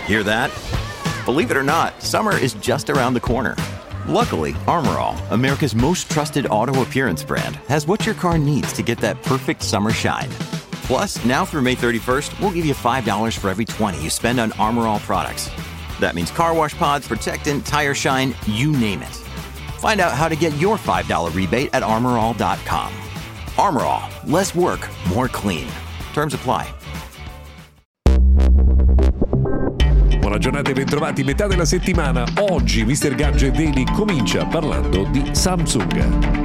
Hear that? Believe it or not, summer is just around the corner. Luckily, Armor All, America's most trusted auto appearance brand, has what your car needs to get that perfect summer shine. Plus, now through May 31st, we'll give you $5 for every $20 you spend on Armor All products. That means car wash pods, protectant, tire shine, you name it. Find out how to get your $5 rebate at armorall.com. Armor All, less work, more clean. Terms apply. Buona giornata e bentrovati, metà della settimana. Oggi Mr. Gadget Daily comincia parlando di Samsung.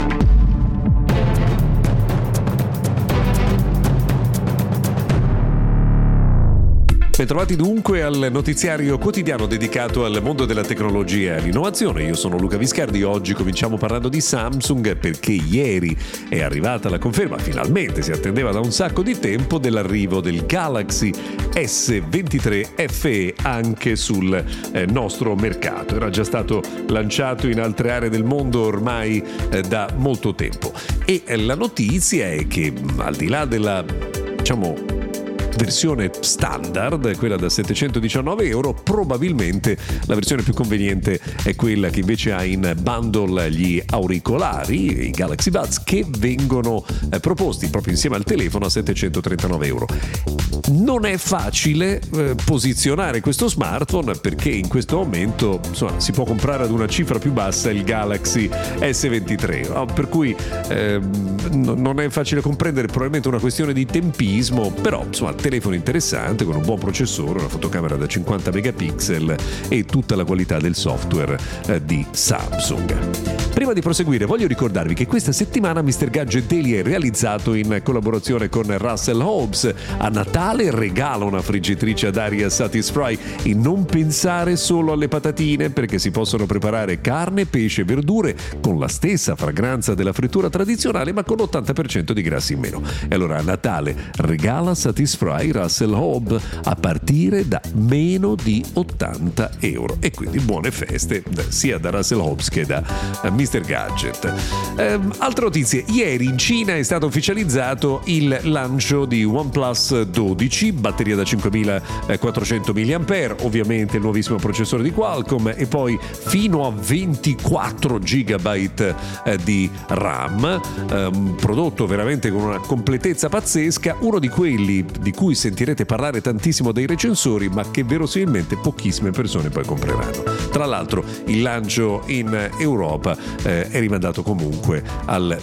Bentrovati dunque al notiziario quotidiano dedicato al mondo della tecnologia e all'innovazione. Io sono Luca Viscardi. Oggi cominciamo parlando di Samsung perché ieri è arrivata la conferma, finalmente si attendeva da un sacco di tempo, dell'arrivo del Galaxy S23 FE anche sul nostro mercato. Era già stato lanciato in altre aree del mondo ormai da molto tempo e la notizia è che al di là della versione standard, quella da €719, probabilmente la versione più conveniente è quella che invece ha in bundle gli auricolari, i Galaxy Buds, che vengono proposti proprio insieme al telefono a €739. Non è facile posizionare questo smartphone perché in questo momento si può comprare ad una cifra più bassa il Galaxy S23, no? Per cui non è facile comprendere, probabilmente una questione di tempismo, però telefono interessante con un buon processore, una fotocamera da 50 megapixel e tutta la qualità del software di Samsung. Prima di proseguire voglio ricordarvi che questa settimana Mr. Gadget Daily è realizzato in collaborazione con Russell Hobbs. A Natale regala una friggitrice ad aria Satisfry e non pensare solo alle patatine, perché si possono preparare carne, pesce e verdure con la stessa fragranza della frittura tradizionale ma con l'80% di grassi in meno. E allora a Natale regala Satisfry Russell Hobbs a partire da meno di €80 e quindi buone feste sia da Russell Hobbs che da Mr. Gadget. Altre notizie: ieri in Cina è stato ufficializzato il lancio di OnePlus 12, batteria da 5400 mAh, ovviamente il nuovissimo processore di Qualcomm e poi fino a 24 GB di RAM, un prodotto veramente con una completezza pazzesca, uno di quelli di cui sentirete parlare tantissimo dai recensori ma che verosimilmente pochissime persone poi compreranno. Tra l'altro il lancio in Europa è rimandato comunque al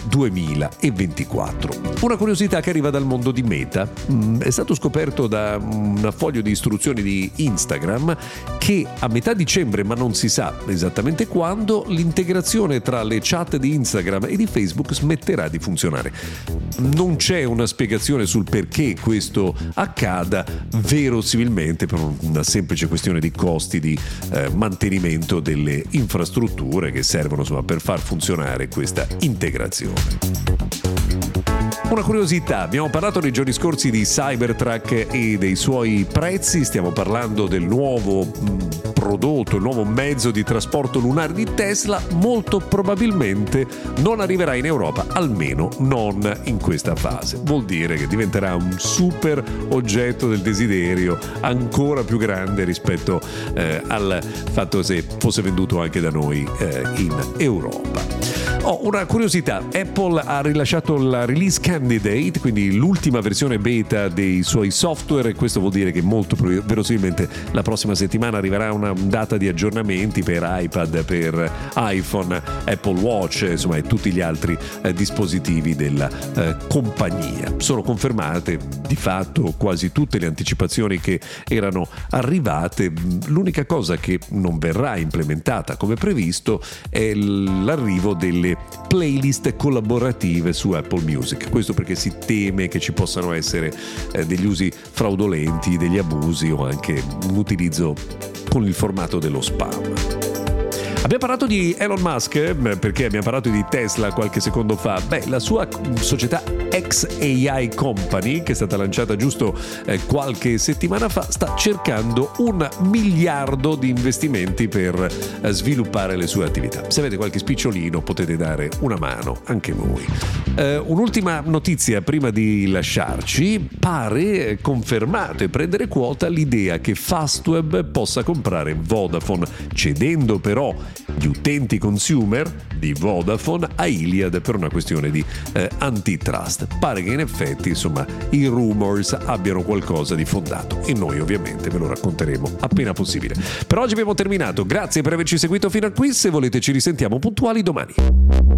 2024. Una curiosità che arriva dal mondo di Meta: è stato scoperto da un foglio di istruzioni di Instagram che a metà dicembre, ma non si sa esattamente quando, l'integrazione tra le chat di Instagram e di Facebook smetterà di funzionare. Non c'è una spiegazione sul perché questo accada, verosimilmente per una semplice questione di costi di mantenimento delle infrastrutture che servono per far funzionare questa integrazione. Una curiosità: abbiamo parlato nei giorni scorsi di Cybertruck e dei suoi prezzi, stiamo parlando del nuovo prodotto, il nuovo mezzo di trasporto lunare di Tesla. Molto probabilmente non arriverà in Europa, almeno non in questa fase. Vuol dire che diventerà un super oggetto del desiderio, ancora più grande rispetto al fatto se fosse venduto anche da noi in Europa. Una curiosità: Apple ha rilasciato la release candidate, quindi l'ultima versione beta dei suoi software, e questo vuol dire che molto verosimilmente la prossima settimana arriverà una data di aggiornamenti per iPad, per iPhone, Apple Watch, insomma, e tutti gli altri dispositivi della compagnia. Sono confermate di fatto quasi tutte le anticipazioni che erano arrivate. L'unica cosa che non verrà implementata come previsto è l'arrivo delle playlist collaborative su Apple Music. Questo perché si teme che ci possano essere degli usi fraudolenti, degli abusi o anche un utilizzo con il formato dello spam. Abbiamo parlato di Elon Musk perché abbiamo parlato di Tesla qualche secondo fa. La sua società xAI Company, che è stata lanciata giusto qualche settimana fa, sta cercando $1 miliardo di investimenti per sviluppare le sue attività. Se avete qualche spicciolino potete dare una mano anche voi. Un'ultima notizia prima di lasciarci: pare confermato e prendere quota l'idea che Fastweb possa comprare Vodafone, cedendo però gli utenti consumer di Vodafone a Iliad per una questione di antitrust. Pare che in effetti, insomma, i rumors abbiano qualcosa di fondato e noi ovviamente ve lo racconteremo appena possibile. Per oggi abbiamo terminato, grazie per averci seguito fino a qui, se volete ci risentiamo puntuali domani.